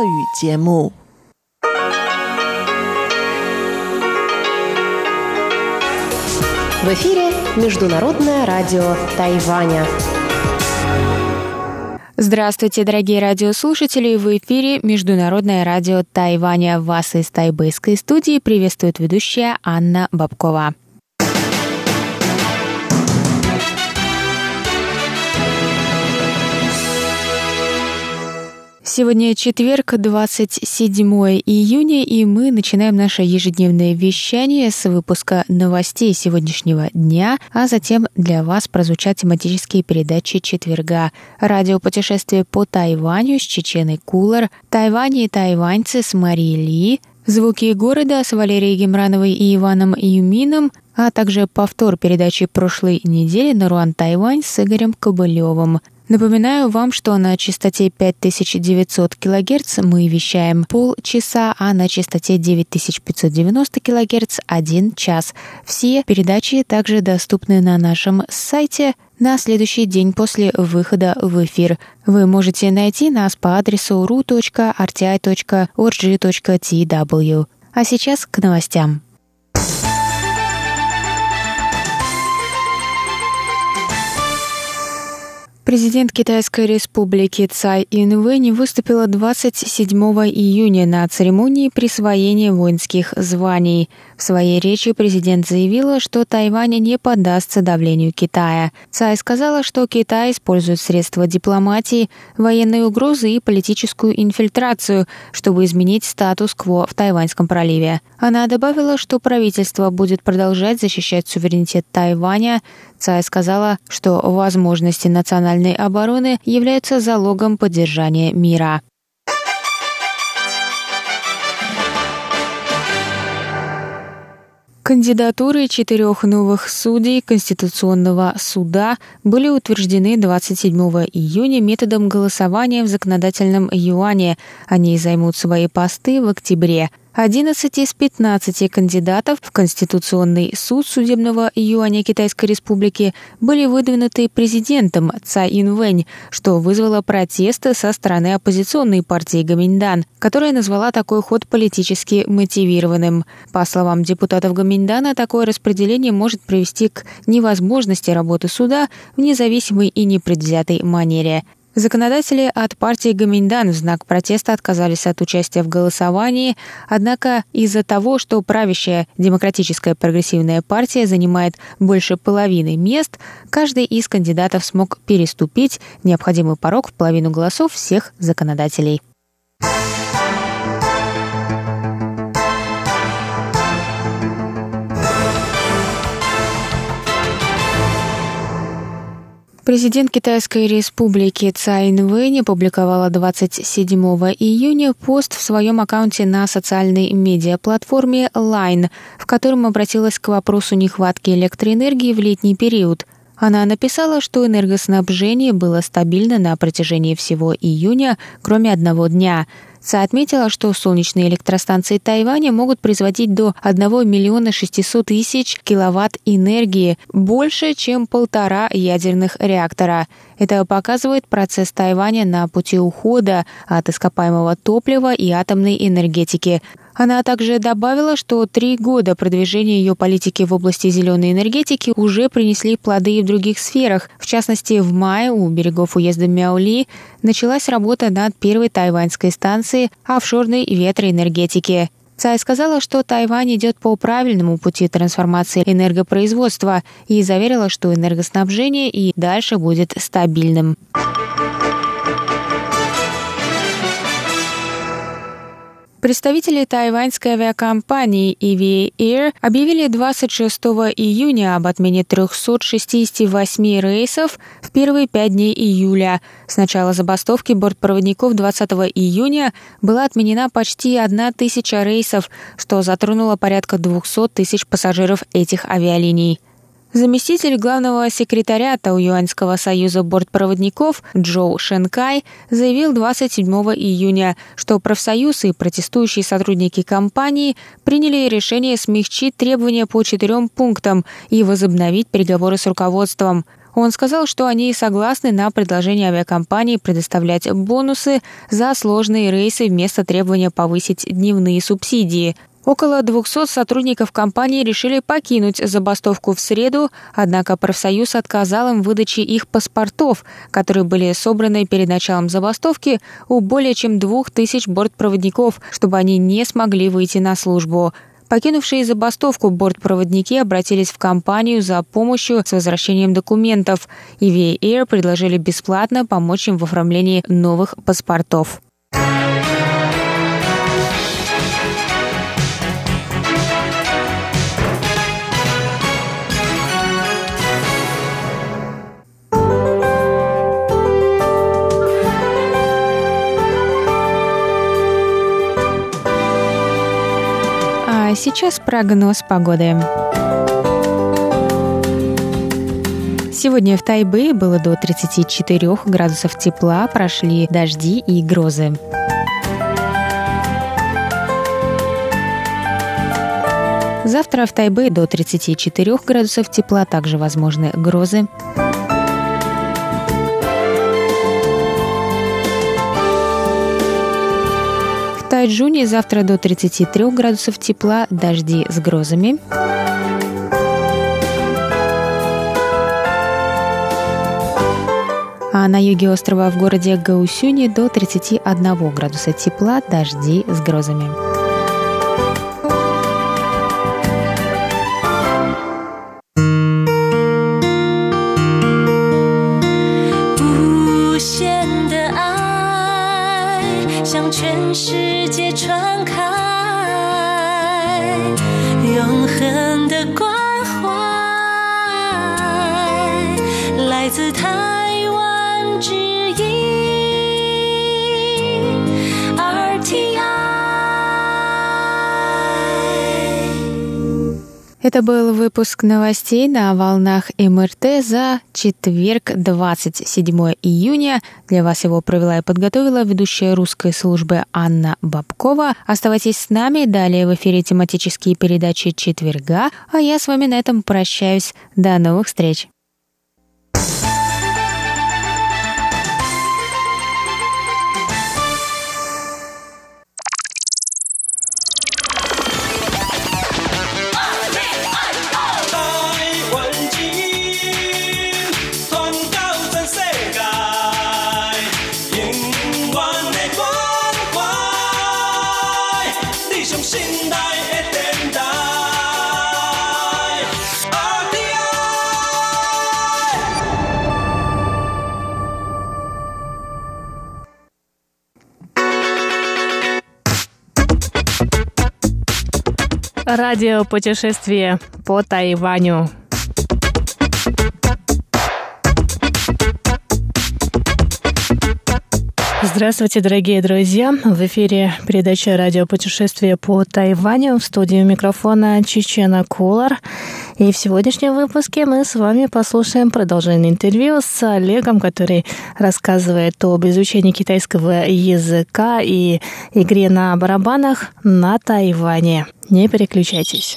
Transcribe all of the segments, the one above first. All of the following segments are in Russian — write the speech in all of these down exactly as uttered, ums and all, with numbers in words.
语节目。 В эфире Международное радио Тайваня. Здравствуйте, дорогие радиослушатели! В эфире Международное радио Тайваня. Вас из тайбэйской студии приветствует ведущая Анна Бабкова. Сегодня четверг, двадцать седьмое июня, и мы начинаем наше ежедневное вещание с выпуска новостей сегодняшнего дня, а затем для вас прозвучат тематические передачи четверга. Радиопутешествие по Тайваню с Чеченой Кулар, Тайвань и тайваньцы с Марией Ли, звуки города с Валерией Гемрановой и Иваном Юмином, а также повтор передачи прошлой недели «Наруан Тайвань» с Игорем Кобылевым. Напоминаю вам, что на частоте пять тысяч девятьсот килогерц мы вещаем полчаса, а на частоте девять тысяч пятьсот девяносто килогерц – один час. Все передачи также доступны на нашем сайте на следующий день после выхода в эфир. Вы можете найти нас по адресу ru точка эр ти ай точка орг точка ти дабл ю. А сейчас к новостям. Президент Китайской республики Цай Инвэнь выступила двадцать седьмого июня на церемонии присвоения воинских званий. В своей речи президент заявила, что Тайвань не поддастся давлению Китая. Цай сказала, что Китай использует средства дипломатии, военные угрозы и политическую инфильтрацию, чтобы изменить статус-кво в Тайваньском проливе. Она добавила, что правительство будет продолжать защищать суверенитет Тайваня. Цай сказала, что возможности национальной обороны являются залогом поддержания мира. Кандидатуры четырех новых судей Конституционного суда были утверждены двадцать седьмого июня методом голосования в законодательном юане. Они займут свои посты в октябре. одиннадцать из пятнадцати кандидатов в Конституционный суд судебного юаня Китайской Республики были выдвинуты президентом Цай Инвэнь, что вызвало протесты со стороны оппозиционной партии Гоминьдан, которая назвала такой ход политически мотивированным. По словам депутатов Гоминьдана, такое распределение может привести к невозможности работы суда в независимой и непредвзятой манере. Законодатели от партии Гоминьдан в знак протеста отказались от участия в голосовании, однако из-за того, что правящая Демократическая прогрессивная партия занимает больше половины мест, каждый из кандидатов смог переступить необходимый порог в половину голосов всех законодателей. Президент Китайской республики Цай Инвэнь опубликовала двадцать седьмого июня пост в своем аккаунте на социальной медиаплатформе Line, в котором обратилась к вопросу нехватки электроэнергии в летний период. Она написала, что энергоснабжение было стабильно на протяжении всего июня, кроме одного дня. Цай отметила, что солнечные электростанции Тайваня могут производить до одного миллиона шестисот тысяч киловатт энергии, больше, чем полтора ядерных реактора. Это показывает процесс Тайваня на пути ухода от ископаемого топлива и атомной энергетики. Она также добавила, что три года продвижения ее политики в области зеленой энергетики уже принесли плоды и в других сферах. В частности, в мае у берегов уезда Мяоли началась работа над первой тайваньской станцией офшорной ветроэнергетики. Цай сказала, что Тайвань идет по правильному пути трансформации энергопроизводства и заверила, что энергоснабжение и дальше будет стабильным. Представители тайваньской авиакомпании и ви эй Air объявили двадцать шестого июня об отмене трехсот шестидесяти восьми рейсов в первые пять дней июля. С начала забастовки бортпроводников двадцатого июня была отменена почти одна тысяча рейсов, что затронуло порядка двухсот тысяч пассажиров этих авиалиний. Заместитель главного секретаря Таоюаньского союза бортпроводников Джоу Шенкай заявил двадцать седьмого июня, что профсоюз и протестующие сотрудники компании приняли решение смягчить требования по четырем пунктам и возобновить переговоры с руководством. Он сказал, что они согласны на предложение авиакомпаний предоставлять бонусы за сложные рейсы вместо требования повысить дневные субсидии. Около двухсот сотрудников компании решили покинуть забастовку в среду, однако профсоюз отказал им в выдаче их паспортов, которые были собраны перед началом забастовки у более чем двух тысяч бортпроводников, чтобы они не смогли выйти на службу. Покинувшие забастовку бортпроводники обратились в компанию за помощью с возвращением документов, и ви эй Air предложили бесплатно помочь им в оформлении новых паспортов. А сейчас прогноз погоды. Сегодня в Тайбэе было до тридцати четырёх градусов тепла, прошли дожди и грозы. Завтра в Тайбэе до тридцати четырёх градусов тепла, также возможны грозы. В Тайчжуне завтра до тридцати трёх градусов тепла, дожди с грозами. А на юге острова в городе Гаосюне до тридцати одного градуса тепла, дожди с грозами. Это был выпуск новостей на волнах эм эр тэ за четверг, двадцать седьмого июня. Для вас его провела и подготовила ведущая русской службы Анна Бабкова. Оставайтесь с нами. Далее в эфире тематические передачи четверга. А я с вами на этом прощаюсь. До новых встреч. Радиопутешествие по Тайваню. Здравствуйте, дорогие друзья! В эфире передача «Радиопутешествие по Тайваню». В студии микрофона Чечена Кулар. И в сегодняшнем выпуске мы с вами послушаем продолжение интервью с Олегом, который рассказывает об изучении китайского языка и игре на барабанах на Тайване. Не переключайтесь.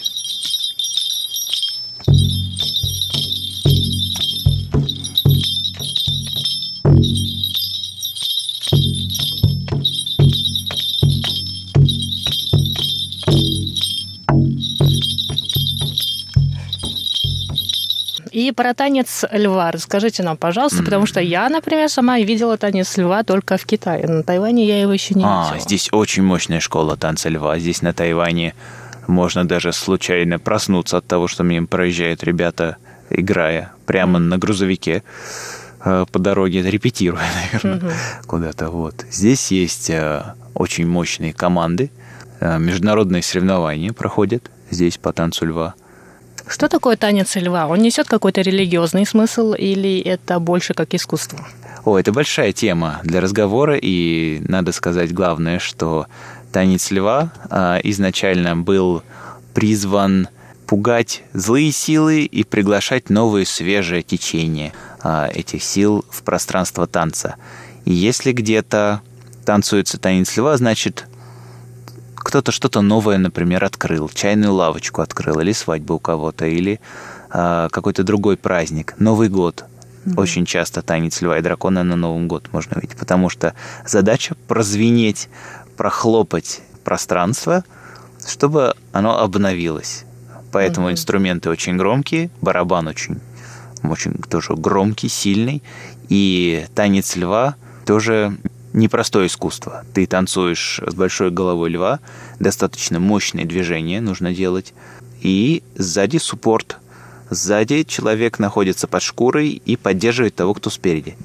И про танец льва расскажите нам, пожалуйста, mm-hmm. потому что я, например, сама видела танец льва только в Китае. На Тайване я его еще не а, видела. Здесь очень мощная школа танца льва. Здесь на Тайване можно даже случайно проснуться от того, что мимо проезжают ребята, играя прямо mm-hmm. на грузовике э, по дороге, репетируя, наверное, mm-hmm. куда-то. Вот. Здесь есть э, очень мощные команды. Э, международные соревнования проходят здесь по танцу льва. Что такое танец льва? Он несет какой-то религиозный смысл или это больше как искусство? О, это большая тема для разговора, и надо сказать главное, что танец льва а, изначально был призван пугать злые силы и приглашать новые свежее течение а, этих сил в пространство танца. И если где-то танцуется танец льва, значит, кто-то что-то новое, например, открыл, чайную лавочку открыл, или свадьба у кого-то, или э, какой-то другой праздник, Новый год. Mm-hmm. Очень часто танец льва и дракона на Новый год можно увидеть, потому что задача прозвенеть, прохлопать пространство, чтобы оно обновилось. Поэтому mm-hmm. инструменты очень громкие, барабан очень, очень тоже громкий, сильный, и танец льва тоже непростое искусство. Ты танцуешь с большой головой льва, достаточно мощные движения нужно делать, и сзади суппорт. Сзади человек находится под шкурой и поддерживает того, кто спереди.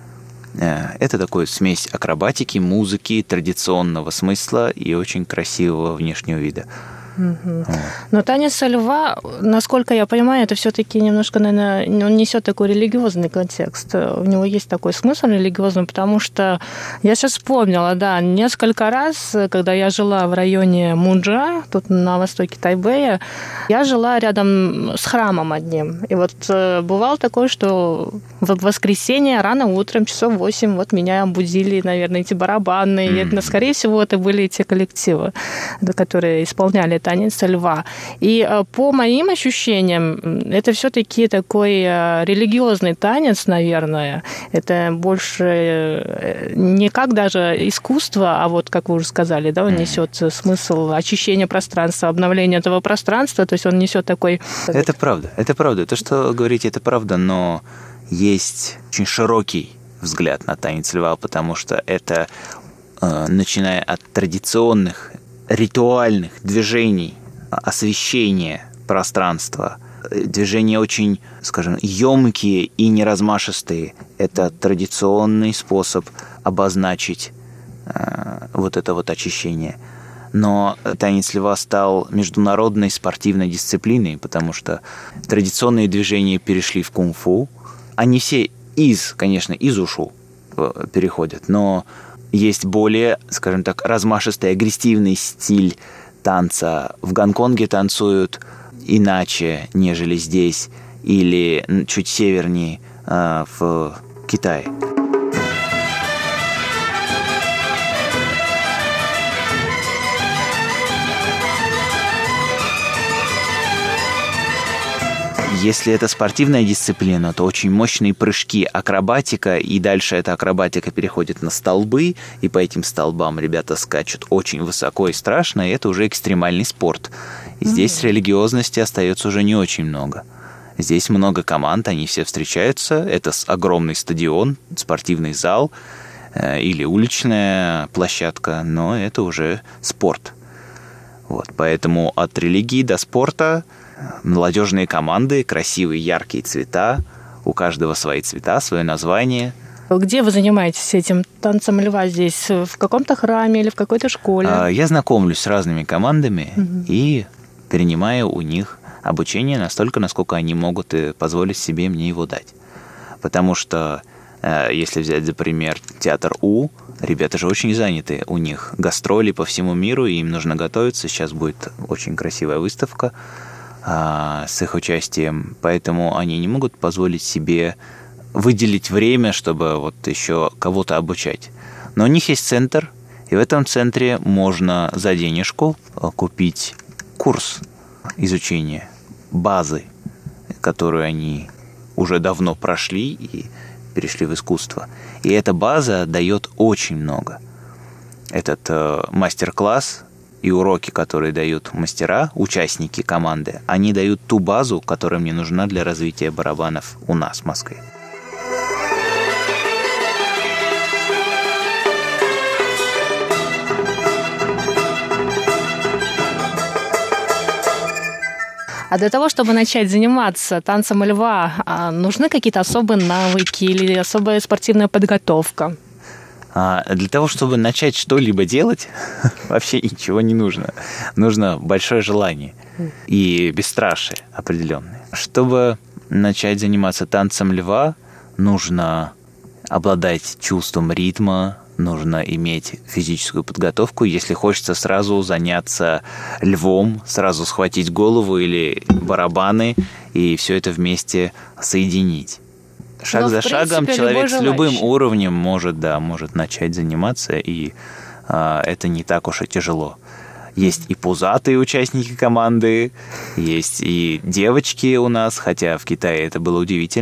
Это такой смесь акробатики, музыки, традиционного смысла и очень красивого внешнего вида. Угу. Но танец льва, насколько я понимаю, это все-таки немножко, наверное, он несет такой религиозный контекст. У него есть такой смысл религиозный, потому что я сейчас вспомнила, да, несколько раз, когда я жила в районе Мунджа, тут на востоке Тайбэя, я жила рядом с храмом одним. И вот бывало такое, что в воскресенье рано утром, часов восемь, вот меня будили, наверное, эти барабаны. Mm-hmm. И, скорее всего, это были те коллективы, которые исполняли танец льва. И по моим ощущениям, это все-таки такой религиозный танец, наверное. Это больше не как даже искусство, а вот, как вы уже сказали, да, он несет смысл очищения пространства, обновления этого пространства, то есть он несет такой... Это правда, это правда. То, что говорите, это правда, но есть очень широкий взгляд на танец льва, потому что это, начиная от традиционных ритуальных движений, освещения пространства, движения очень, скажем, емкие и неразмашистые. Это традиционный способ обозначить э, вот это вот очищение. Но танец льва стал международной спортивной дисциплиной, потому что традиционные движения перешли в кунг-фу. Они все из, конечно, из ушу переходят, но есть более, скажем так, размашистый, агрессивный стиль танца. В Гонконге танцуют иначе, нежели здесь, или чуть севернее в Китае. Если это спортивная дисциплина, то очень мощные прыжки, акробатика, и дальше эта акробатика переходит на столбы, и по этим столбам ребята скачут очень высоко и страшно, и это уже экстремальный спорт. И здесь mm-hmm. религиозности остается уже не очень много. Здесь много команд, они все встречаются, это огромный стадион, спортивный зал э, или уличная площадка, но это уже спорт. Вот, поэтому от религии до спорта молодежные команды, красивые яркие цвета, у каждого свои цвета, свое название. Где вы занимаетесь этим танцем льва здесь? В каком-то храме или в какой-то школе? Я знакомлюсь с разными командами угу. и перенимаю у них обучение настолько, насколько они могут позволить себе мне его дать. Потому что, если взять за пример театр У, ребята же очень заняты, у них гастроли по всему миру, и им нужно готовиться. Сейчас будет очень красивая выставка с их участием, поэтому они не могут позволить себе выделить время, чтобы вот еще кого-то обучать. Но у них есть центр, и в этом центре можно за денежку купить курс изучения базы, которую они уже давно прошли и перешли в искусство. И эта база дает очень много. Этот э, мастер-класс и уроки, которые дают мастера, участники команды, они дают ту базу, которая мне нужна для развития барабанов у нас в Москве. А для того, чтобы начать заниматься танцем льва, нужны какие-то особые навыки или особая спортивная подготовка? А для того, чтобы начать что-либо делать, вообще ничего не нужно. Нужно большое желание и бесстрашие определенное. Чтобы начать заниматься танцем льва, нужно обладать чувством ритма, нужно иметь физическую подготовку. Если хочется сразу заняться львом, сразу схватить голову или барабаны и все это вместе соединить. Шаг Но, за принципе, шагом человек с любым уровнем может, да, может начать заниматься, и а, это не так уж и тяжело. Есть и пузатые участники команды, есть и девочки у нас, хотя в Китае это было удивительно.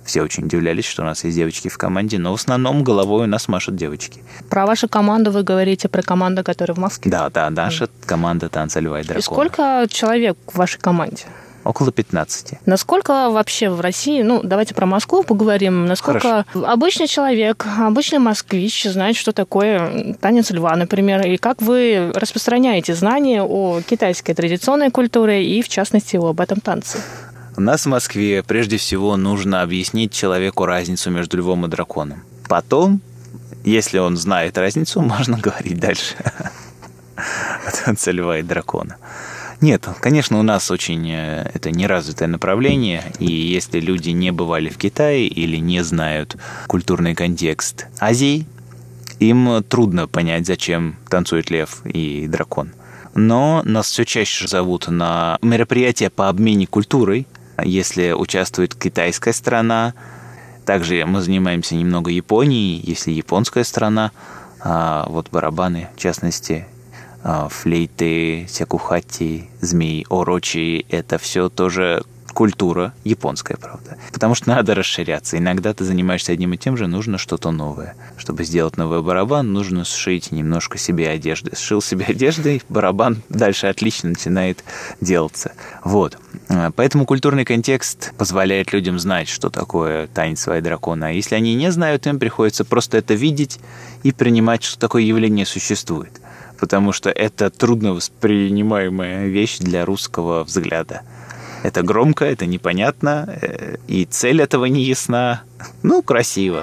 Все очень удивлялись, что у нас есть девочки в команде, но в основном головой у нас машут девочки. Про вашу команду вы говорите, про команду, которая в Москве? Да, да, наша mm. команда «Танца льва и дракона». И сколько человек в вашей команде? Около пятнадцати. Насколько вообще в России, ну, давайте про Москву поговорим, насколько Хорошо. Обычный человек, обычный москвич знает, что такое танец льва, например, и как вы распространяете знания о китайской традиционной культуре и, в частности, об этом танце? У нас в Москве прежде всего нужно объяснить человеку разницу между львом и драконом. Потом, если он знает разницу, можно говорить дальше о танце льва и дракона. Нет, конечно, у нас очень это неразвитое направление, и если люди не бывали в Китае или не знают культурный контекст Азии, им трудно понять, зачем танцует лев и дракон. Но нас все чаще зовут на мероприятия по обмене культурой, если участвует китайская страна. Также мы занимаемся немного Японией, если японская страна, а вот барабаны, в частности, флейты, сякухати, змеи, орочи, это все тоже культура японская, правда. Потому что надо расширяться. Иногда ты занимаешься одним и тем же, нужно что-то новое. Чтобы сделать новый барабан, нужно сшить немножко себе одежды. Сшил себе одежды, барабан дальше отлично начинает делаться. Вот. Поэтому культурный контекст позволяет людям знать, что такое танец льва и дракона. А если они не знают, им приходится просто это видеть и принимать, что такое явление существует. Потому что это трудно воспринимаемая вещь для русского взгляда. Это громко, это непонятно, и цель этого не ясна. Ну, красиво.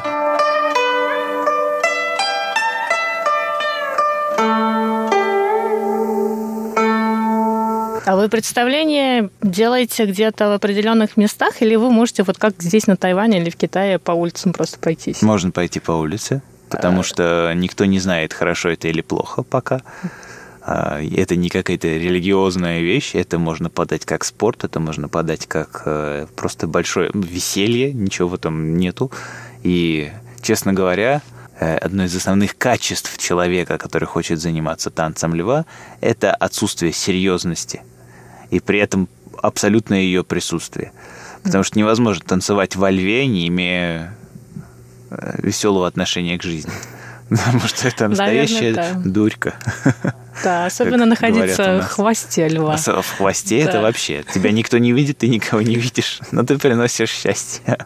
А вы представления делаете где-то в определенных местах, или вы можете вот как здесь на Тайване или в Китае по улицам просто пройтись? Можно пойти по улице, потому что никто не знает, хорошо это или плохо пока. Это не какая-то религиозная вещь, это можно подать как спорт, это можно подать как просто большое веселье, ничего в этом нету. И, честно говоря, одно из основных качеств человека, который хочет заниматься танцем льва, это отсутствие серьезности и при этом абсолютное ее присутствие. Потому что невозможно танцевать во льве, не имея веселого отношения к жизни. Потому что это настоящая Наверное, да. дурька. Да, особенно находиться в хвосте льва. В хвосте да. это вообще. Тебя никто не видит, ты никого не видишь, но ты приносишь счастье.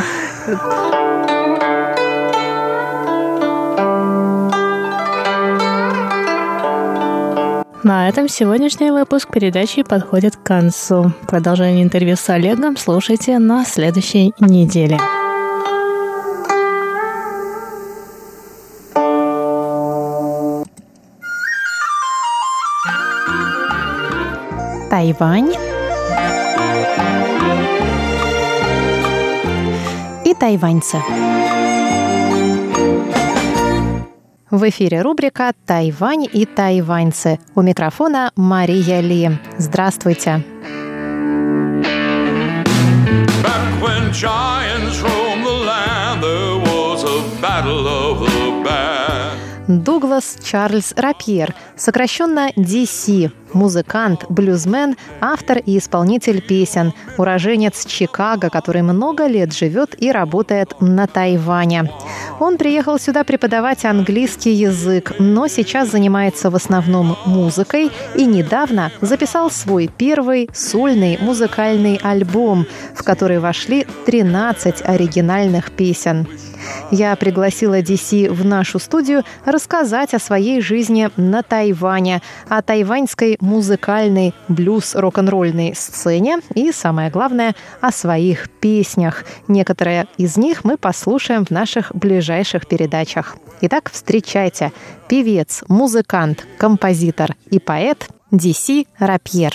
На этом сегодняшний выпуск передачи подходит к концу. Продолжение интервью с Олегом слушайте на следующей неделе. Тайвань и тайваньцы. В эфире рубрика «Тайвань и тайваньцы». У микрофона Мария Ли. Здравствуйте. Дуглас Чарльз Рапьер, сокращенно ди си, музыкант, блюзмен, автор и исполнитель песен, уроженец Чикаго, который много лет живет и работает на Тайване. Он приехал сюда преподавать английский язык, но сейчас занимается в основном музыкой и недавно записал свой первый сольный музыкальный альбом, в который вошли тринадцать оригинальных песен. Я пригласила ди си в нашу студию рассказать о своей жизни на Тайване, о тайваньской музыкальной блюз-рок-н-ролльной сцене и, самое главное, о своих песнях. Некоторые из них мы послушаем в наших ближайших передачах. Итак, встречайте. Певец, музыкант, композитор и поэт ди си Рапьер.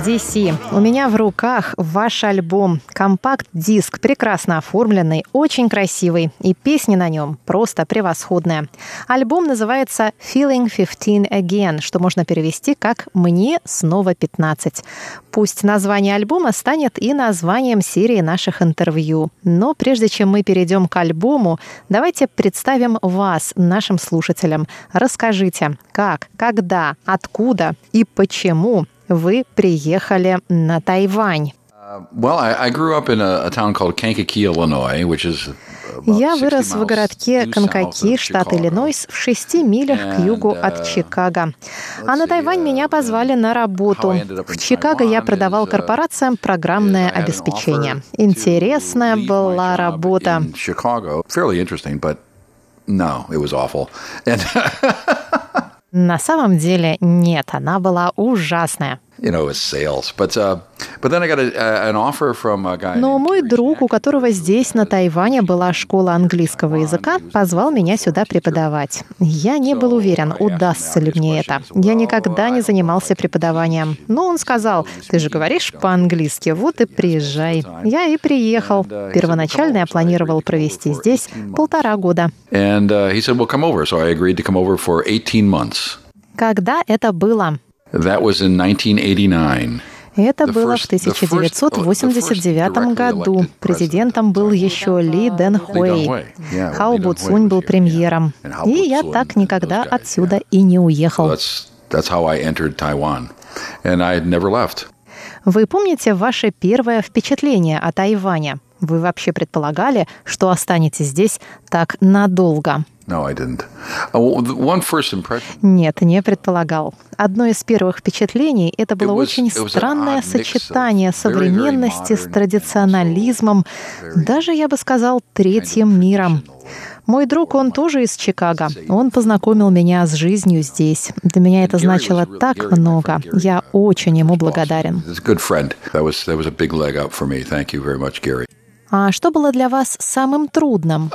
ди си, у меня в руках ваш альбом, компакт-диск, прекрасно оформленный, очень красивый, и песни на нем просто превосходные. Альбом называется «Feeling fifteen Again», что можно перевести как «Мне снова пятнадцать». Пусть название альбома станет и названием серии наших интервью. Но прежде чем мы перейдем к альбому, давайте представим вас, нашим слушателям. Расскажите, как, когда, откуда и почему вы приехали на Тайвань. Я вырос в городке Канкаки, штат Иллинойс, в шести милях к югу от Чикаго. А на Тайвань меня позвали на работу. В Чикаго я продавал корпорациям программное обеспечение. Интересная была работа. На самом деле нет, она была ужасная. Но мой друг, у которого здесь, на Тайване, была школа английского языка, позвал меня сюда преподавать. Я не был уверен, удастся ли мне это. Я никогда не занимался преподаванием. Но он сказал: «Ты же говоришь по-английски, вот и приезжай». Я и приехал. Первоначально я планировал провести здесь полтора года. Когда это было? That was in nineteen eighty-nine. Это было в тысяча девятьсот восемьдесят девятом году. Президентом был еще Ли Дэн Хуэй. Хао Бу Цунь был премьером. И я так никогда отсюда и не уехал. Вы помните ваше первое впечатление о Тайване? Вы вообще предполагали, что останетесь здесь так надолго? No, I didn't. One first impression. Нет, не предполагал. Одно из первых впечатлений — это было очень странное сочетание современности с традиционализмом, даже, я бы сказал, третьим миром. Мой друг, он тоже из Чикаго. Он познакомил меня с жизнью здесь. Для меня это значило так много. Я очень ему благодарен. А что было для вас самым трудным?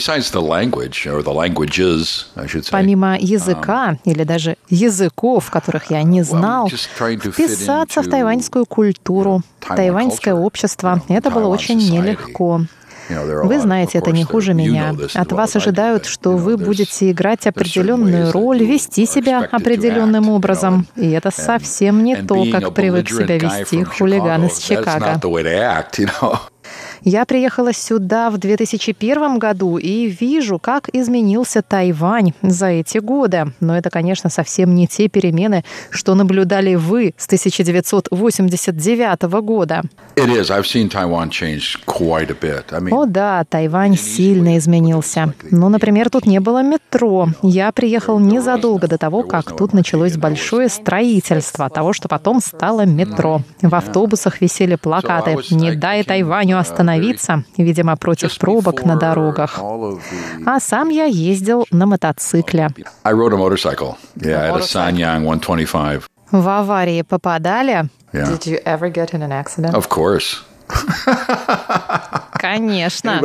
Помимо языка или даже языков, которых я не знал, вписаться в тайваньскую культуру, тайваньское общество — это было очень нелегко. Вы знаете это не хуже меня. От вас ожидают, что вы будете играть определенную роль, вести себя определенным образом. И это совсем не то, как привык себя вести хулиган из Чикаго. Я приехала сюда в две тысячи первом году и вижу, как изменился Тайвань за эти годы. Но это, конечно, совсем не те перемены, что наблюдали вы с тысяча девятьсот восемьдесят девятого года. О да, Тайвань сильно изменился. Ну, например, тут не было метро. Я приехал незадолго до того, как тут началось большое строительство того, что потом стало метро. В автобусах висели плакаты «Не дай Тайваню остановиться», видимо, против пробок на дорогах. А сам я ездил на мотоцикле. В аварии попадали? Did you ever get in an accident? Of course. Конечно.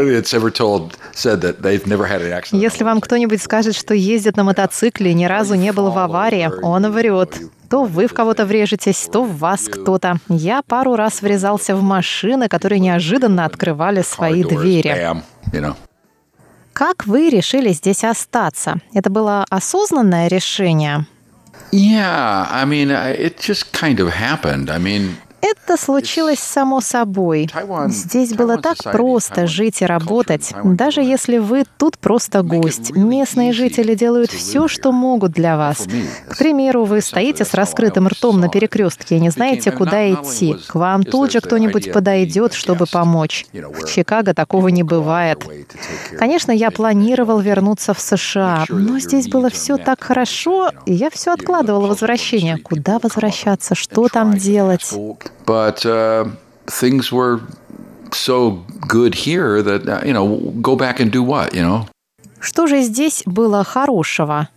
Если Если вам кто-нибудь скажет, что ездит на мотоцикле и ни разу не был в аварии, он врет. То вы в кого-то врежетесь, то в вас кто-то. Я пару раз врезался в машины, которые неожиданно открывали свои двери. Как вы решили здесь остаться? Это было осознанное решение? Yeah, I mean, it just kind of happened. I mean, Это случилось само собой. Здесь было так просто жить и работать, даже если вы тут просто гость. Местные жители делают все, что могут для вас. К примеру, вы стоите с раскрытым ртом на перекрестке и не знаете, куда идти. К вам тут же кто-нибудь подойдет, чтобы помочь. В Чикаго такого не бывает. Конечно, я планировал вернуться в США, но здесь было все так хорошо, и я все откладывала возвращение. Куда возвращаться? Что там делать? But uh, things were so good here that, uh, you know, go back and do what, you know? Что же здесь было хорошего?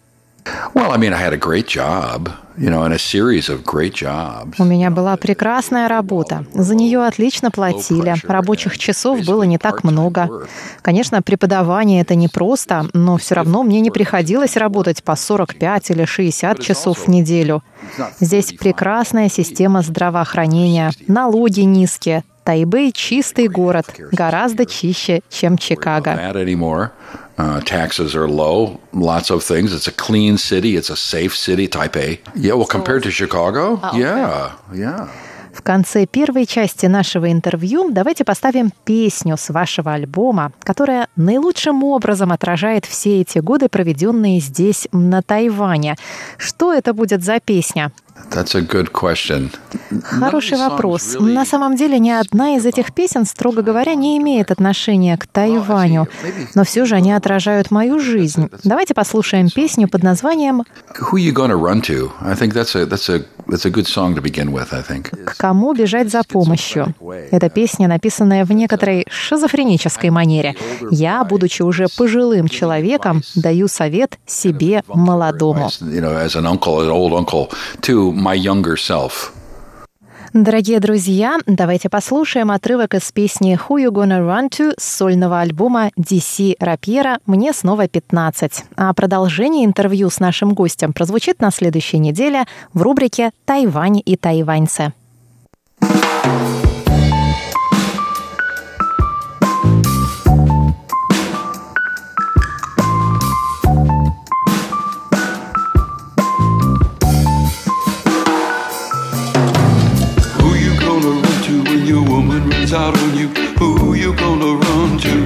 Well, I mean, I had a great job, you know, and a series of great jobs. У меня была прекрасная работа. За нее отлично платили. Рабочих часов было не так много. Конечно, преподавание — это непросто, но все равно мне не приходилось работать по сорок пять или шестьдесят часов в неделю. Здесь прекрасная система здравоохранения, налоги низкие. Тайбэй — чистый город, гораздо чище, чем Чикаго. Uh, taxes are low, lots of things. It's a clean city. It's a safe city, Taipei. Yeah, well, compared to Chicago, oh, okay. yeah, yeah. В конце первой части нашего интервью давайте поставим песню с вашего альбома, которая наилучшим образом отражает все эти годы, проведенные здесь, на Тайване. Что это будет за песня? That's a good question. Хороший вопрос. На самом деле, ни одна из этих песен, строго говоря, не имеет отношения к Тайваню. Но все же они отражают мою жизнь. Давайте послушаем песню под названием «К кому бежать за помощью». Это песня, написанная в некоторой шизофренической манере. Я, будучи уже пожилым человеком, даю совет себе молодому. My younger self. Дорогие друзья, давайте послушаем отрывок из песни «Who You Gonna Run To» с сольного альбома ди си Рапьера «Мне снова пятнадцать». А продолжение интервью с нашим гостем прозвучит на следующей неделе в рубрике «Тайвань и тайваньцы». Out on you, who you gonna run to?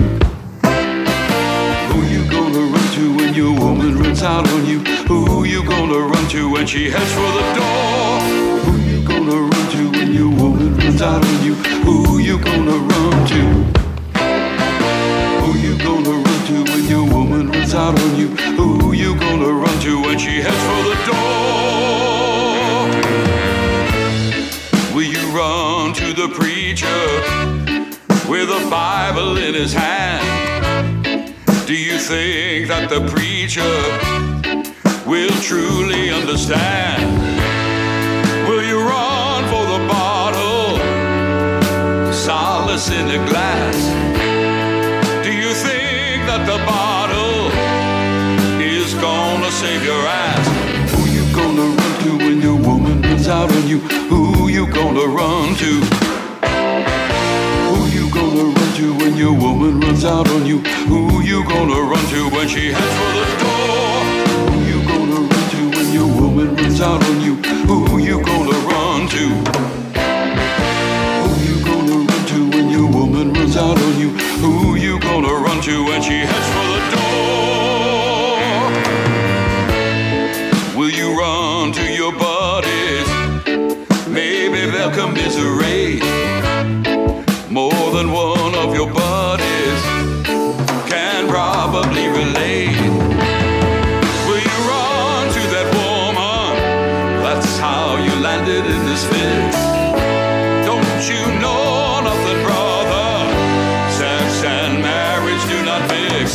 Who you gonna run to when your woman runs out on you? Who you gonna run to when she heads for the door? Who you gonna run to when your woman runs out on you? Who you gonna run to? Who you gonna run to when your woman runs out on you? Who you gonna run to when she heads for the door? Will you run to the preacher with a Bible in his hand? Do you think that the preacher will truly understand? Will you run for the bottle, solace in a glass? Do you think that the bottle is gonna save your ass? Who you gonna run to when your woman runs out on you? Who you gonna run to? Who you gonna run to when your woman runs out on you? Who you gonna run to when she heads for the door? Who you gonna run to when your woman runs out on you? Who you gonna run to? Who you gonna run to when your woman runs out on you? Who you gonna run to when she heads for the door? Will you run to your buddies? Maybe they'll commiserate. More than one of your buddies can probably relate. Will you run to that woman? That's how you landed in this fix. Don't you know nothing, brother? Sex and marriage do not mix.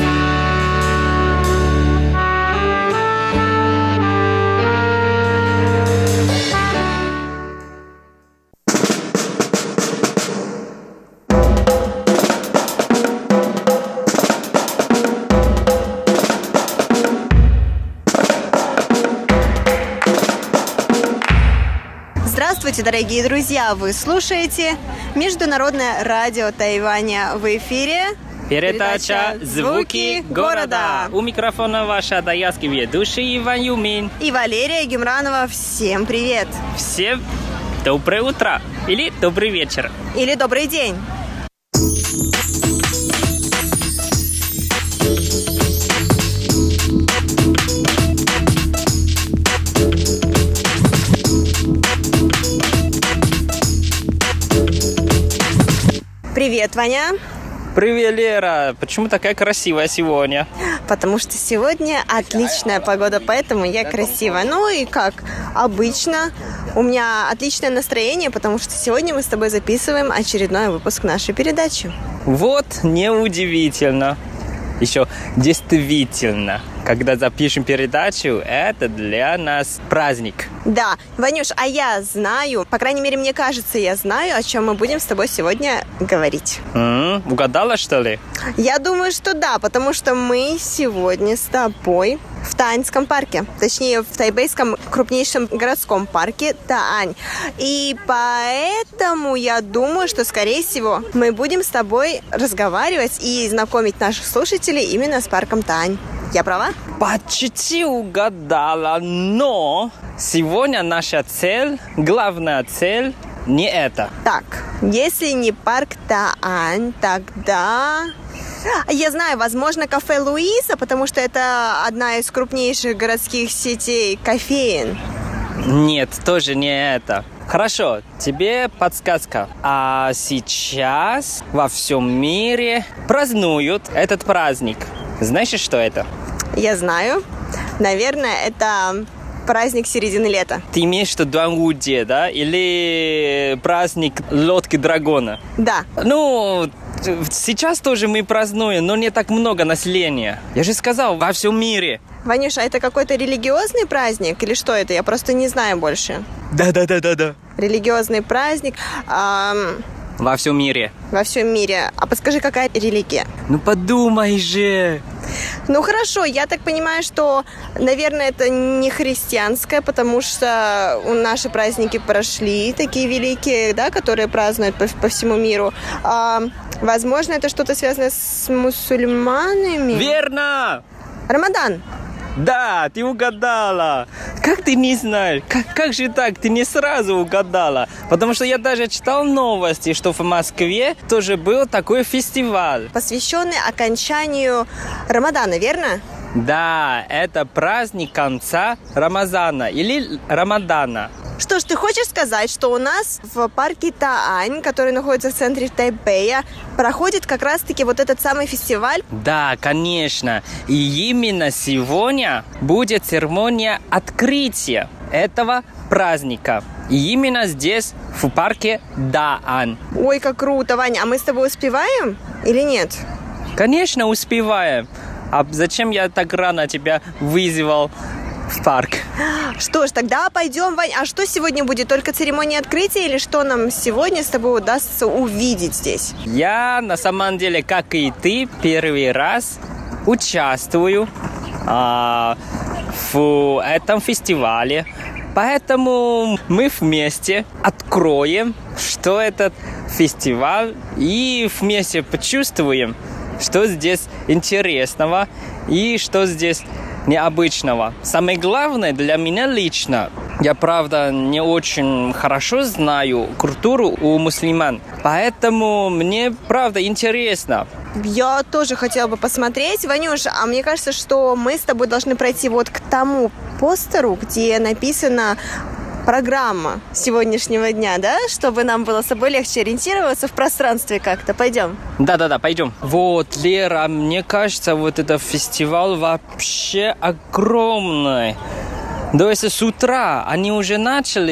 Здравствуйте, дорогие друзья! Вы слушаете Международное радио Тайваня. В эфире передача «Звуки города». У микрофона ваша даялский ведущий Иван Юмин и Валерия Гемранова. Всем привет! Всем доброе утро или добрый вечер. Или добрый день. Привет, Ваня. Привет, Лера. Почему такая красивая сегодня? Потому что сегодня отличная погода, поэтому я красивая. Ну и как обычно, у меня отличное настроение, потому что сегодня мы с тобой записываем очередной выпуск нашей передачи. Вот, неудивительно. Еще действительно. когда запишем передачу, это для нас праздник. Да, Ванюш, а я знаю, по крайней мере, мне кажется, я знаю, о чем мы будем с тобой сегодня говорить. М-м, угадала, что ли? Я думаю, что да, потому что мы сегодня с тобой в Тааньском парке, точнее, в тайбэйском крупнейшем городском парке Таань. И поэтому я думаю, что, скорее всего, мы будем с тобой разговаривать и знакомить наших слушателей именно с парком Таань. Я права? Почти угадала, но сегодня наша цель, главная цель, не это. Так, если не парк Таань, тогда... Я знаю, возможно, кафе Луиза, потому что это одна из крупнейших городских сетей кофеен. Нет, тоже не это. Хорошо, тебе подсказка. А сейчас во всем мире празднуют этот праздник. Знаешь, что это? Я знаю. Наверное, это праздник середины лета. Ты имеешь в виду Дуангуджи, да? Или праздник лодки дракона? Да. Ну, сейчас тоже мы празднуем, но не так много населения. Я же сказал, во всем мире. Ванюша, это какой-то религиозный праздник или что это? Я просто не знаю больше. Да-да-да-да-да. Религиозный праздник. Эм... Во всем мире. Во всем мире. А подскажи, какая религия? Ну подумай же. Ну хорошо, я так понимаю, что, наверное, это не христианское, потому что наши праздники прошли, такие великие, да, которые празднуют по, по всему миру. А, возможно, это что-то связанное с мусульманами? Верно! Рамадан. Да, ты угадала. Как ты не знаешь? Как, как же так? Ты не сразу угадала. Потому что я даже читал новости, что в Москве тоже был такой фестиваль. Посвященный окончанию Рамадана, верно? Да, это праздник конца Рамазана или Рамадана. Что ж, ты хочешь сказать, что у нас в парке Таань, который находится в центре Тайбэя, проходит как раз-таки вот этот самый фестиваль? Да, конечно. И именно сегодня будет церемония открытия этого праздника. И именно здесь, в парке Таань. Ой, как круто, Ваня. А мы с тобой успеваем или нет? Конечно, успеваем. А зачем я так рано тебя вызвал в парк? Что ж, тогда пойдем, Вань. А что сегодня будет? Только церемония открытия или что нам сегодня с тобой удастся увидеть здесь? Я, на самом деле, как и ты, первый раз участвую а, в этом фестивале. Поэтому мы вместе откроем, что этот фестиваль, и вместе почувствуем, что здесь интересного и что здесь необычного. Самое главное для меня лично, я, правда, не очень хорошо знаю культуру у мусульман, поэтому мне, правда, интересно. Я тоже хотела бы посмотреть. Ванюш, а мне кажется, что мы с тобой должны пройти вот к тому постеру, где написано программа сегодняшнего дня, да? Чтобы нам было с собой легче ориентироваться в пространстве как-то. Пойдем. Да-да-да, пойдем. Вот, Лера, мне кажется, вот этот фестиваль вообще огромный. То есть с утра они уже начали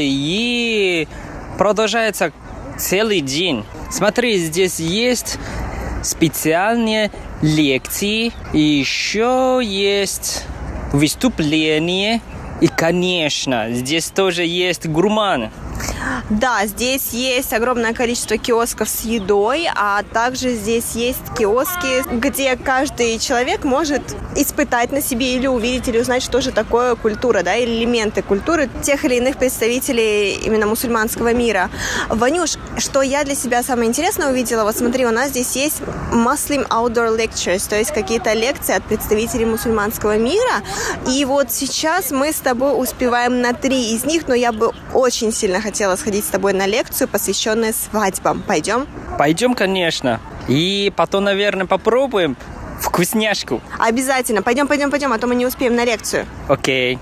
и продолжается целый день. Смотри, здесь есть специальные лекции, и еще есть выступления. И, конечно, здесь тоже есть гурманы. Да, здесь есть огромное количество киосков с едой, а также здесь есть киоски, где каждый человек может испытать на себе или увидеть, или узнать, что же такое культура, да, или элементы культуры тех или иных представителей именно мусульманского мира. Ванюш, что я для себя самое интересное увидела, вот смотри, у нас здесь есть Muslim Outdoor Lectures, то есть какие-то лекции от представителей мусульманского мира, и вот сейчас мы с тобой успеваем на три из них, но я бы очень сильно хотела сходить с тобой на лекцию, посвященную свадьбам. Пойдем? Пойдем, конечно. И потом, наверное, попробуем вкусняшку. Обязательно. Пойдем, пойдем, пойдем, а то мы не успеем на лекцию. Окей.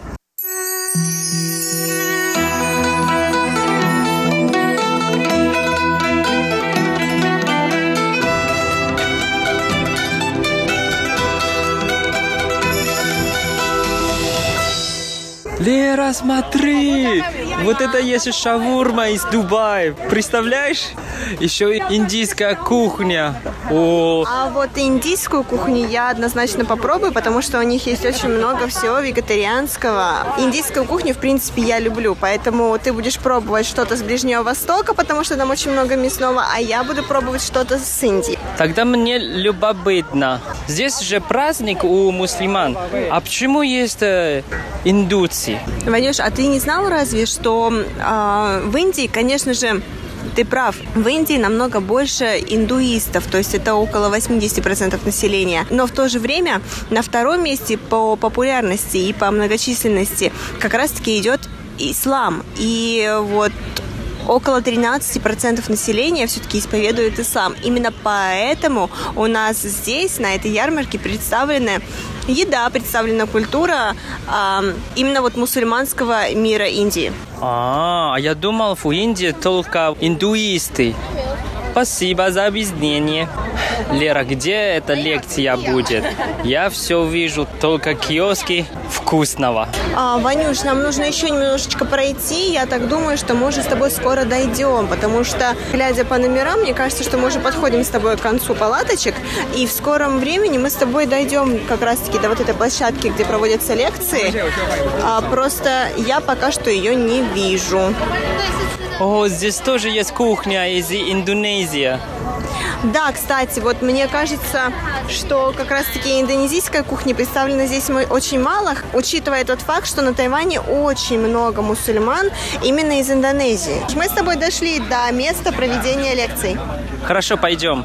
Лера, смотри! Вот это есть шавурма из Дубая. Представляешь? Еще индийская кухня. О. А вот индийскую кухню я однозначно попробую, потому что у них есть очень много всего вегетарианского. Индийскую кухню, в принципе, я люблю, поэтому ты будешь пробовать что-то с Ближнего Востока, потому что там очень много мясного, а я буду пробовать что-то с Индии. Тогда мне любопытно. Здесь же праздник у мусульман. А почему есть э, индусы? Ванюш, а ты не знал разве, что э, в Индии, конечно же, ты прав. В Индии намного больше индуистов, то есть это около восемьдесят процентов населения. Но в то же время на втором месте по популярности и по многочисленности как раз-таки идет ислам. И вот около тринадцать процентов населения все-таки исповедует ислам. Именно поэтому у нас здесь, на этой ярмарке, представлена еда, представлена культура э, именно вот мусульманского мира Индии. А, я думал, в Индии только индуисты. Спасибо за объяснение. Лера, где эта лекция будет? Я все вижу, только киоски вкусного. А, Ванюш, нам нужно еще немножечко пройти. Я так думаю, что мы уже с тобой скоро дойдем, потому что, глядя по номерам, мне кажется, что мы уже подходим с тобой к концу палаточек, и в скором времени мы с тобой дойдем как раз-таки до вот этой площадки, где проводятся лекции. А, просто я пока что ее не вижу. О, здесь тоже есть кухня из Индонезии. Да, кстати, вот мне кажется, что как раз-таки индонезийская кухня представлена здесь очень мало, учитывая тот факт, что на Тайване очень много мусульман именно из Индонезии. Мы с тобой дошли до места проведения лекций. Хорошо, пойдем.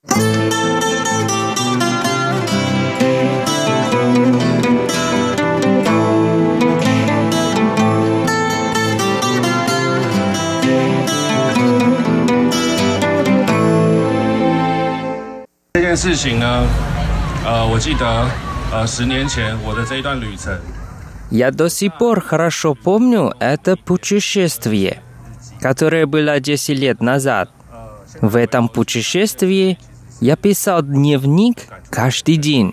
Я до сих пор хорошо помню это путешествие, которое было десять лет назад. В этом путешествии я писал дневник каждый день.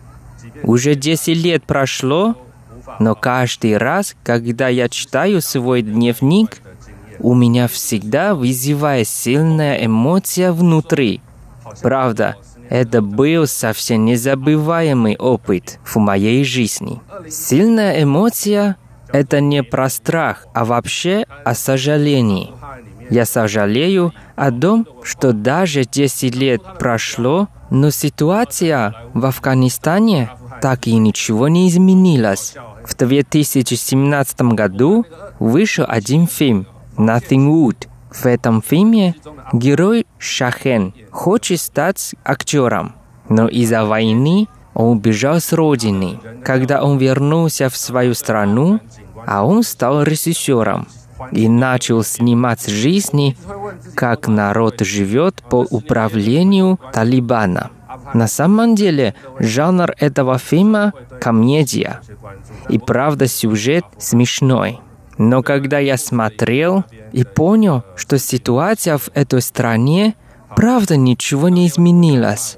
Уже десять лет прошло, но каждый раз, когда я читаю свой дневник, у меня всегда вызывает сильная эмоция внутри. Правда, это был совсем незабываемый опыт в моей жизни. Сильная эмоция – это не про страх, а вообще о сожалении. Я сожалею о том, что даже десять лет прошло, но ситуация в Афганистане так и ничего не изменилась. В две тысячи семнадцатом году вышел один фильм «Nothing Wood». В этом фильме герой Шахен хочет стать актером, но из-за войны он убежал с родины. Когда он вернулся в свою страну, а он стал режиссером и начал снимать жизни, как народ живет по управлению Талибана. На самом деле, жанр этого фильма – комедия. И правда, сюжет смешной. Но когда я смотрел и понял, что ситуация в этой стране, правда, ничего не изменилась.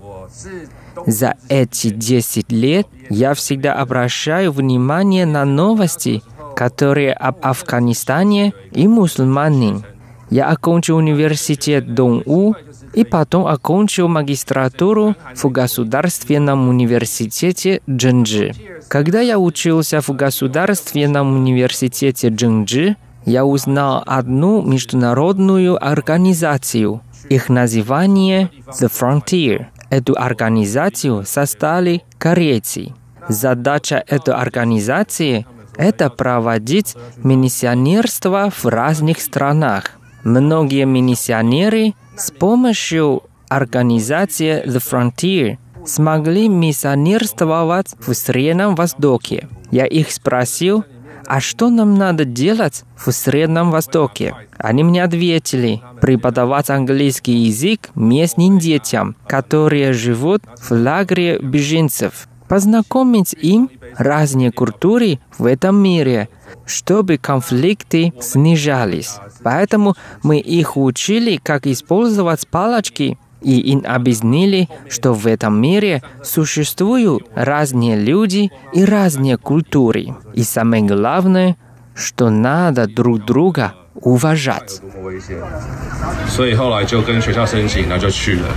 За эти десять лет я всегда обращаю внимание на новости, которые об Афганистане и мусульмане. Я окончил университет Донг-У и потом окончил магистратуру в Государственном университете Чжэнчжи. Когда я учился в Государственном университете Чжэнчжи, я узнал одну международную организацию. Их название The Frontier. Эту организацию создали корейцы. Задача этой организации – это проводить миссионерство в разных странах. Многие миссионеры с помощью организации The Frontier смогли миссионерствовать в Среднем Востоке. Я их спросил, а что нам надо делать в Среднем Востоке? Они мне ответили, преподавать английский язык местным детям, которые живут в лагере беженцев, познакомить им разные культуры в этом мире, чтобы конфликты снижались. Поэтому мы их учили, как использовать палочки, и им объяснили, что в этом мире существуют разные люди и разные культуры. И самое главное, что надо друг друга уважать. 所以后来就跟学校申请，然后就去了。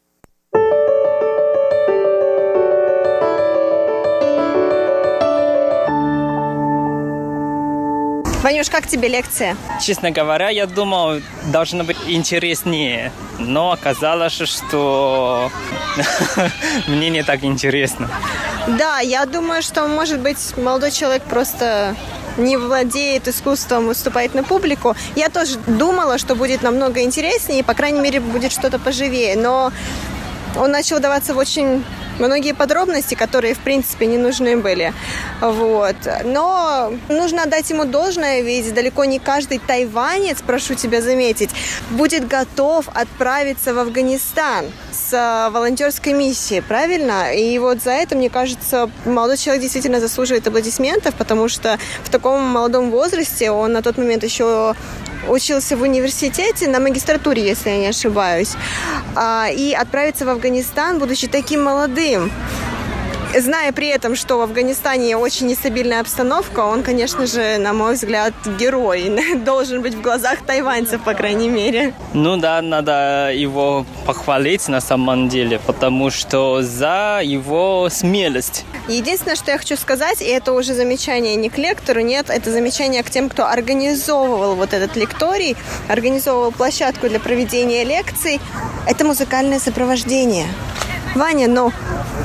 Ванюш, как тебе лекция? Честно говоря, я думал, должно быть интереснее. Но оказалось, что мне не так интересно. Да, я думаю, что, может быть, молодой человек просто не владеет искусством выступать на публику. Я тоже думала, что будет намного интереснее, и, по крайней мере, будет что-то поживее. Но он начал вдаваться в очень многие подробности, которые, в принципе, не нужны были. Вот. Но нужно отдать ему должное, ведь далеко не каждый тайванец, прошу тебя заметить, будет готов отправиться в Афганистан с волонтерской миссией, правильно? И вот за это, мне кажется, молодой человек действительно заслуживает аплодисментов, потому что в таком молодом возрасте он на тот момент еще учился в университете, на магистратуре, если я не ошибаюсь, и отправиться в Афганистан, будучи таким молодым. Зная при этом, что в Афганистане очень нестабильная обстановка, он, конечно же, на мой взгляд, герой. Должен быть в глазах тайваньцев, по крайней мере. Ну да, надо его похвалить на самом деле, потому что за его смелость. Единственное, что я хочу сказать, и это уже замечание не к лектору, нет, это замечание к тем, кто организовывал вот этот лекторий, организовывал площадку для проведения лекций, это музыкальное сопровождение. Ваня, ну...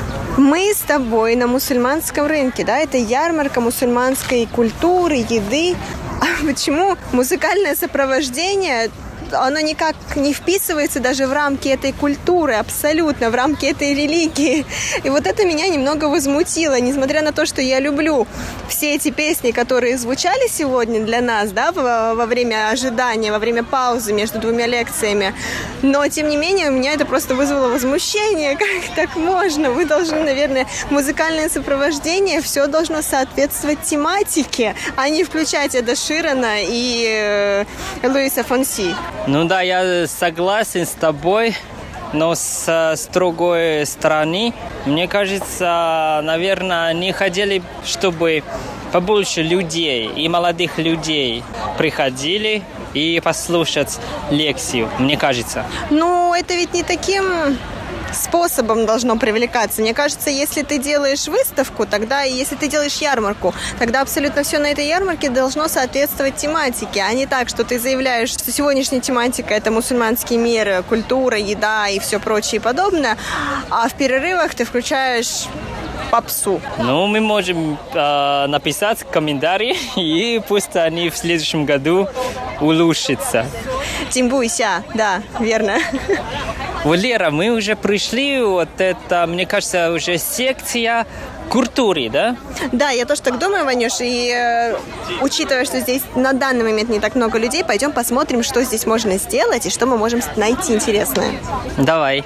Мы с тобой на мусульманском рынке, да, это ярмарка мусульманской культуры, еды. А почему музыкальное сопровождение, оно никак не вписывается даже в рамки этой культуры, абсолютно, в рамки этой религии. И вот это меня немного возмутило, несмотря на то, что я люблю все эти песни, которые звучали сегодня для нас, да, во, во время ожидания, во время паузы между двумя лекциями. Но, тем не менее, у меня это просто вызвало возмущение. Как так можно? Вы должны, наверное, музыкальное сопровождение, все должно соответствовать тематике, а не включать Эда Ширана и э, Луиса Фонси. Ну да, я согласен с тобой, но с, с другой стороны, мне кажется, наверное, не хотели, чтобы побольше людей и молодых людей приходили и послушать лекцию, мне кажется. Ну, это ведь не таким способом должно привлекаться. Мне кажется, если ты делаешь выставку, тогда, и если ты делаешь ярмарку, тогда абсолютно все на этой ярмарке должно соответствовать тематике, а не так, что ты заявляешь, что сегодняшняя тематика – это мусульманский мир, культура, еда и все прочее и подобное, а в перерывах ты включаешь попсу. Ну, мы можем э, написать комментарии, и пусть они в следующем году улучшатся. Тимбуйся, да, верно. Вот, Лера, мы уже пришли, вот это, мне кажется, уже секция культуры, да? Да, я тоже так думаю, Ванюш, и э, учитывая, что здесь на данный момент не так много людей, пойдем посмотрим, что здесь можно сделать и что мы можем найти интересное. Давай.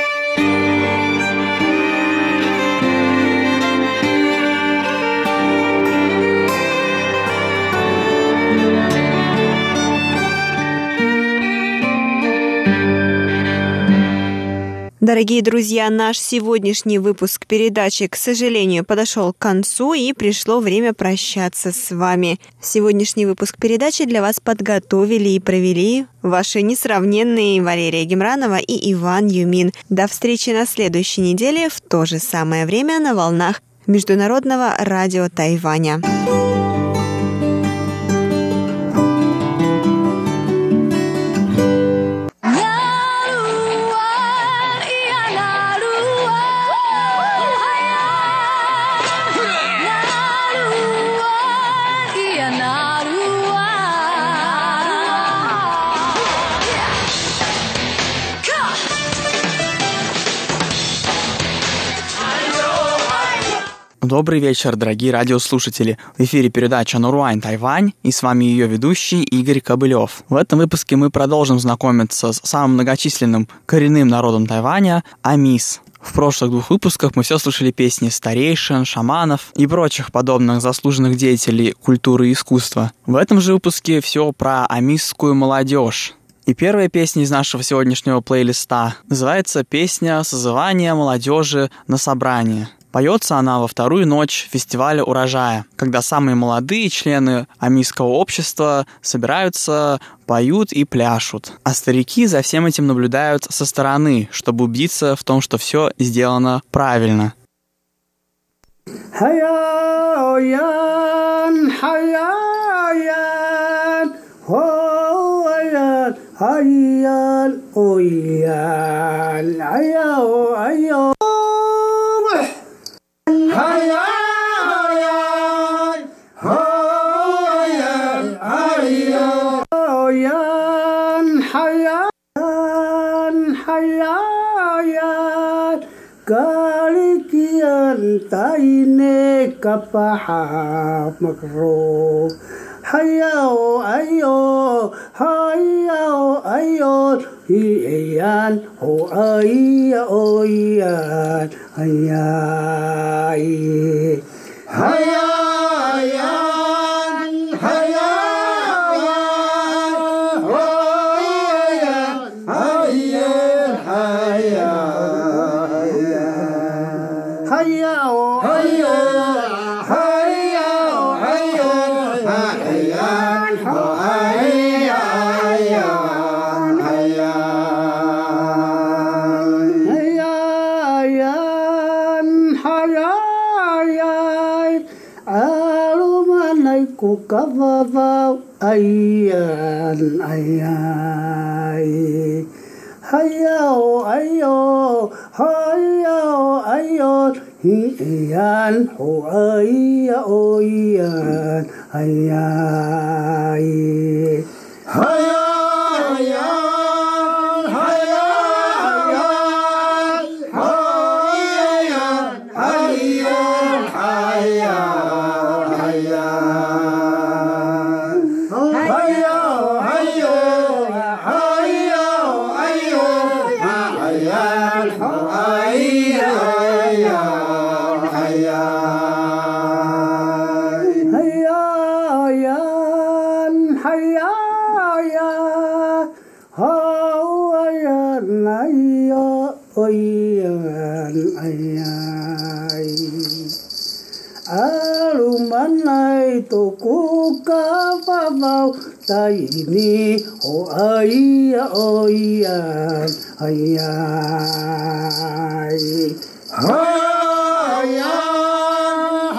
Дорогие друзья, наш сегодняшний выпуск передачи, к сожалению, подошел к концу, и пришло время прощаться с вами. Сегодняшний выпуск передачи для вас подготовили и провели ваши несравненные Валерия Гемранова и Иван Юмин. До встречи на следующей неделе в то же самое время на волнах Международного радио Тайваня. Добрый вечер, дорогие радиослушатели. В эфире передача «Нуруань Тайвань», и с вами ее ведущий Игорь Кобылев. В этом выпуске мы продолжим знакомиться с самым многочисленным коренным народом Тайваня – амис. В прошлых двух выпусках мы все слушали песни старейшин, шаманов и прочих подобных заслуженных деятелей культуры и искусства. В этом же выпуске все про амисскую молодежь. И первая песня из нашего сегодняшнего плейлиста называется «Песня созывания молодежи на собрание». Поется она во вторую ночь фестиваля урожая, когда самые молодые члены амийского общества собираются, поют и пляшут. А старики за всем этим наблюдают со стороны, чтобы убедиться в том, что все сделано правильно. Хаяян, хаяян, хаяян, хаяян, ойян, хаяо, айо. Хаяян, хаяян, айо. Хаяян, хаяян, хаяяn, kalikian taine kapaha makro hayao ayo hayao ayo hiyan ho aya oyan hayai hayayan hayayan hoyan hayan hayan Hayao, hayo, hayo, hayo, hayan, hayan, hayan, hayan, alumanay ko kababaw, ayan, ayan. Hayao, ayo, hayao, ayo, hiyan, ho, aya, oyan, hayay. Hayayan, hayayan, hayayan, hayan, hayan, hayan. Hayo, hayo, hayo, ayo, hayan, ho, aya, hayan, hayan. Hayayan, hayayan, hayan, ayo, oyan, ayan. Alumanay tuku kababaw taini o aya oyan ayay. Hayan,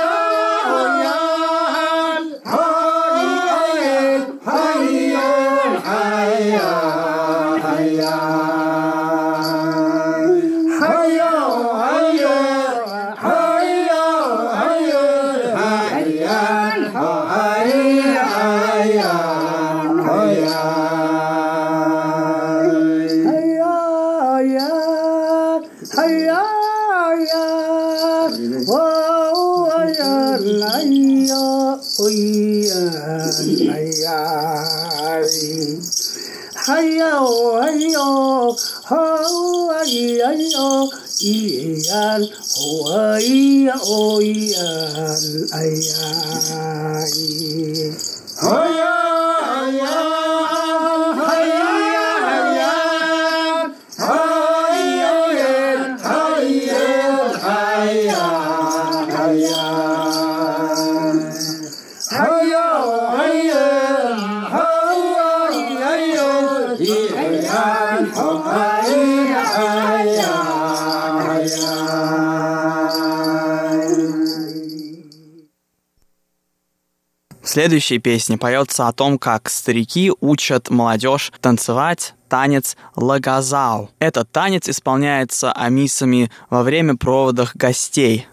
hayayan, hayan, hayan, hayan, hayan. Hayo, hayo, hayo, hayo, hayan, hayan, hayan. Hayayan, hayayan, wow, ayan, ayo, oyan, ayay. Hayo, hayo, how, ay, ayo, iyan, ho, ay, oyan, ayay. Hayayan, hayayan, hayayan, hayan, hayan, hayan. Hayo, hayan, hayan, hayan, iyan, ho, ay, ayan, hayan. В следующей песне поется о том, как старики учат молодежь танцевать танец лагазау. Этот танец исполняется амисами во время проводов гостей.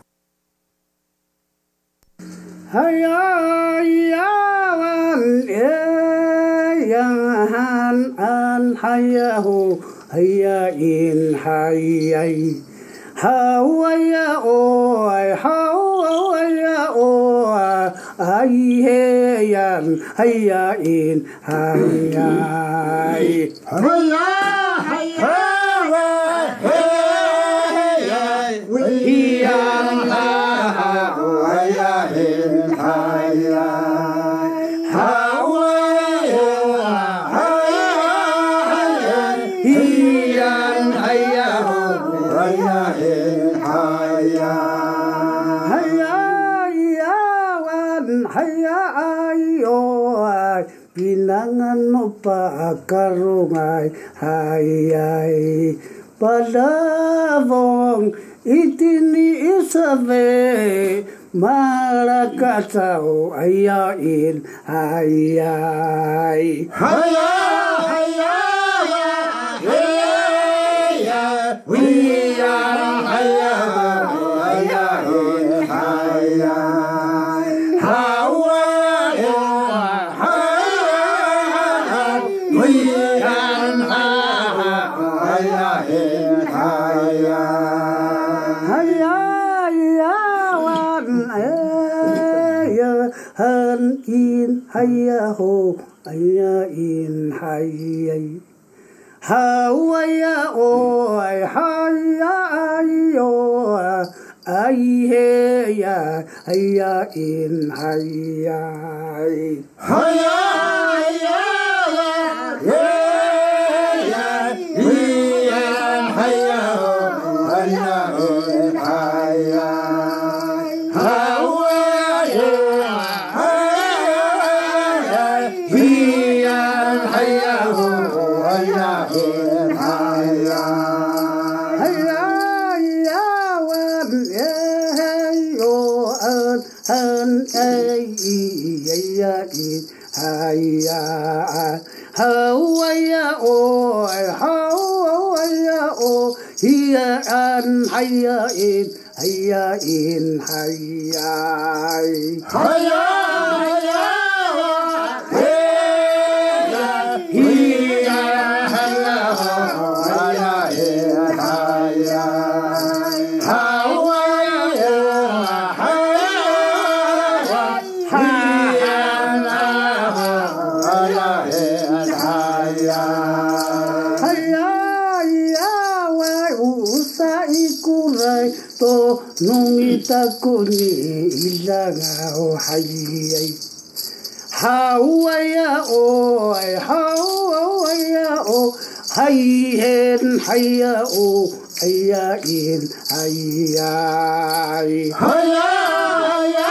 Hawaya oi, hawaya oi, ayyan, ayyan, ayyan. Hawaya, hawaya, ayyan, ayyan, hawaya, ayyan. Hawaya, ayyan, ayyan, ayyan. Nangano pa karungay hayay Padavong itiniisabe Malakatao ayain hayay Hayay We are hayay hayain hayay Hawaii hayay We are hayain hayay Han in hayaho ayain hayay Hawaya oi hayayo ai he ya haya in hayay hayaya ya ya we are hayaho hayain hayay Hawaya hayay we are hayaho hayain hayay hayawan yo an an ai yayin hayay hawaya oi hawaya o hiya an hayain hayain hayay hayaya Nungitakuni ilangao hayay Hawaya oi hawaya o hayhen haya o hayain hayay hayaya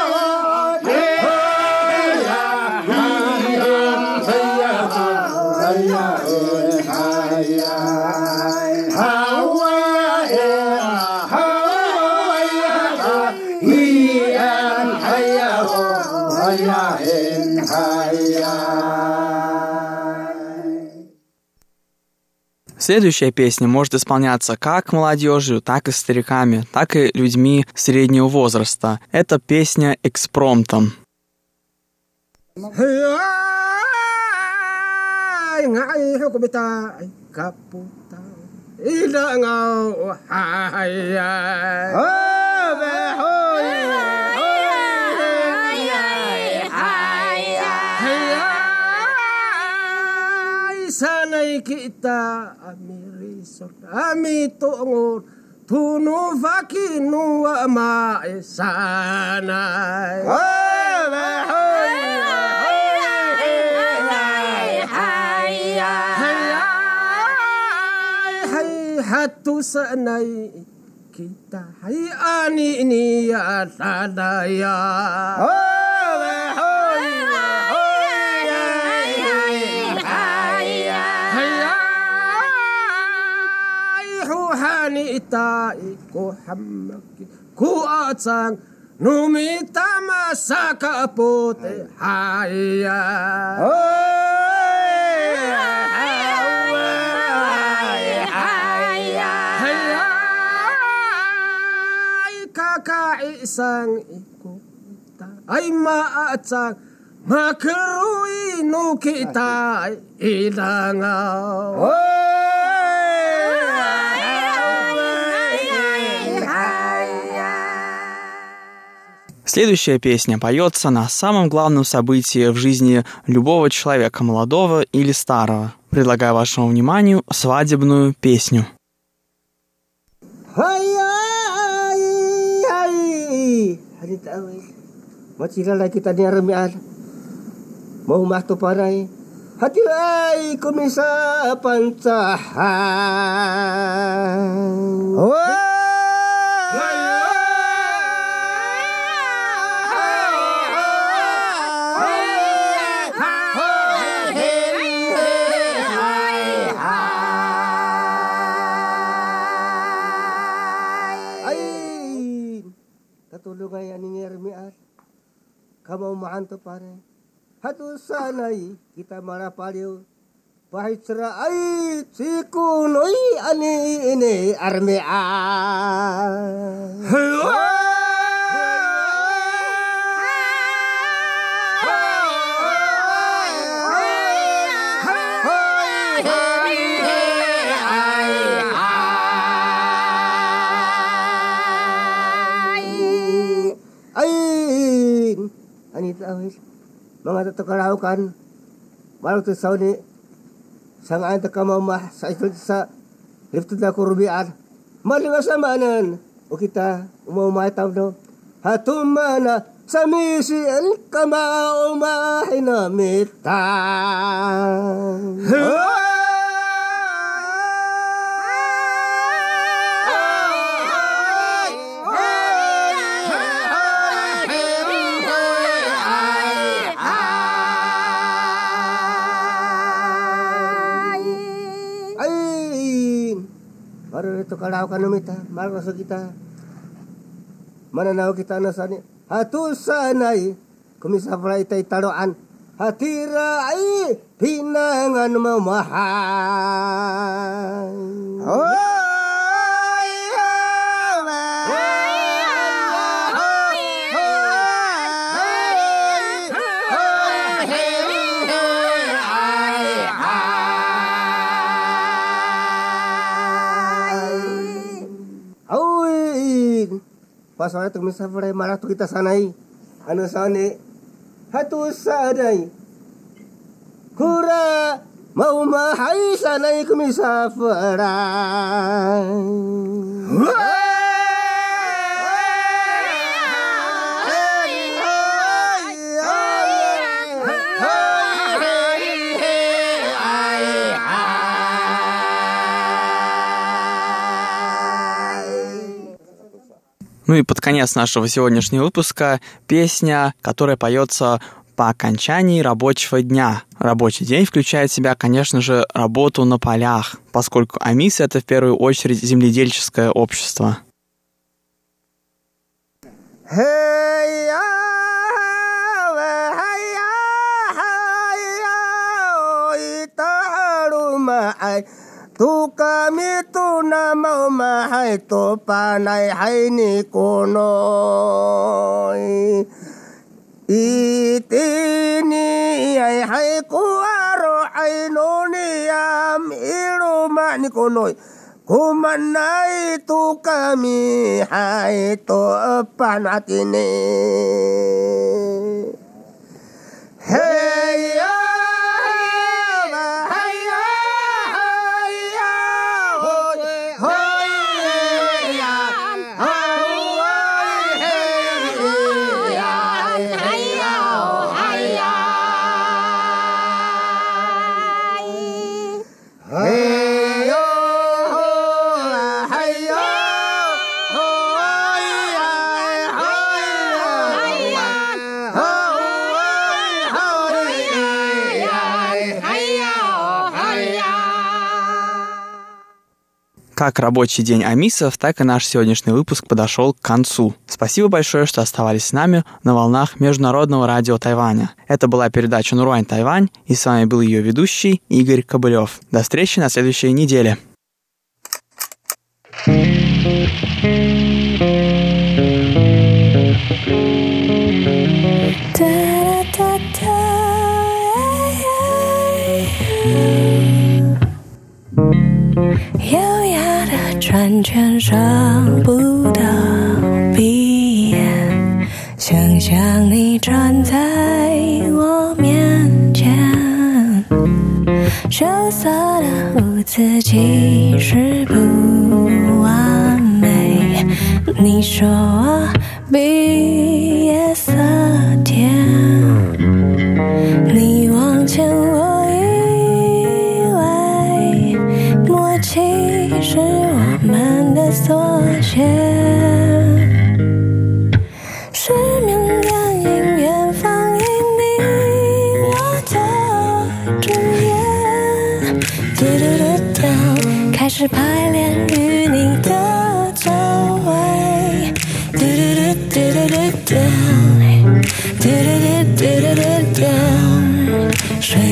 Следующая песня может исполняться как молодежью, так и стариками, так и людьми среднего возраста. Это песня экспромтом. Sanay kita amirisot amitungon tunu vakinu amae sanay hatu sanay kita hay ani niya tanaya ita ko hamaki ku atsang numita masaka pote haya kakaisang iko ay maatsang makarui no kita ilangaw Следующая песня поется на самом главном событии в жизни любого человека, молодого или старого. Предлагаю вашему вниманию свадебную песню. Kita ni remian mau mahtu parai hati ai kumisa pancahan katulungay aning ermiar. Kamo maanto pare. Hatu sanay kita marapaliw. Bahit sira ay sikunoy ani ini armiar. Mga tatakaraw-kan, malang to sa ni, sang ayon ta kamamah sa ito sa liftod na kurubian, maling asamanan, o kita umamahitaw no, hatumana sa misi ang kamaumahin na mitang. Ito kalaw ka namita, mahal ka sa kita. Mananaw kita na sani. Hatu sanay, kumisafra itay taroan. Hatira ay pinangan mamahal. Oh! Pasal itu misafray marah tu kita sanai, anu sani, hatu sanai, kura mau mahai sanai kumisafray. Ну и под конец нашего сегодняшнего выпуска песня, которая поется по окончании рабочего дня. Рабочий день включает в себя, конечно же, работу на полях, поскольку Амис — это в первую очередь земледельческое общество. Tu kami tu na mau mahai to panai hai ni konoi itini ai hai ku aro ai no ni am iru ma ni konoi kumanai tu kami hai to panatini hey ya Как рабочий день Амисов, так и наш сегодняшний выпуск подошел к концу. Спасибо большое, что оставались с нами на волнах Международного радио Тайваня. Это была передача «Нуруань Тайвань», и с вами был ее ведущий Игорь Кобылев. До встречи на следующей неделе. 优雅的转圈上不到鼻眼，想象你站在我面前，羞涩的舞姿其实不完美，你说我比夜色甜，你往前我其实我们的缩写，失眠电影院放映你我的主演，嘟嘟嘟嘟，开始排练与你的周围，嘟嘟嘟嘟。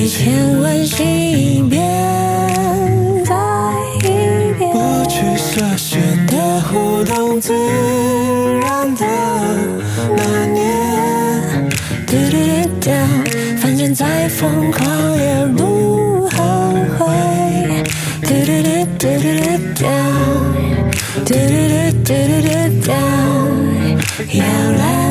一千万亿遍再一遍，不去设限的互动，自然的那年，嘟嘟嘟嘟，反正再疯狂也不后悔，嘟嘟嘟嘟嘟嘟嘟，嘟嘟嘟嘟嘟嘟，要来。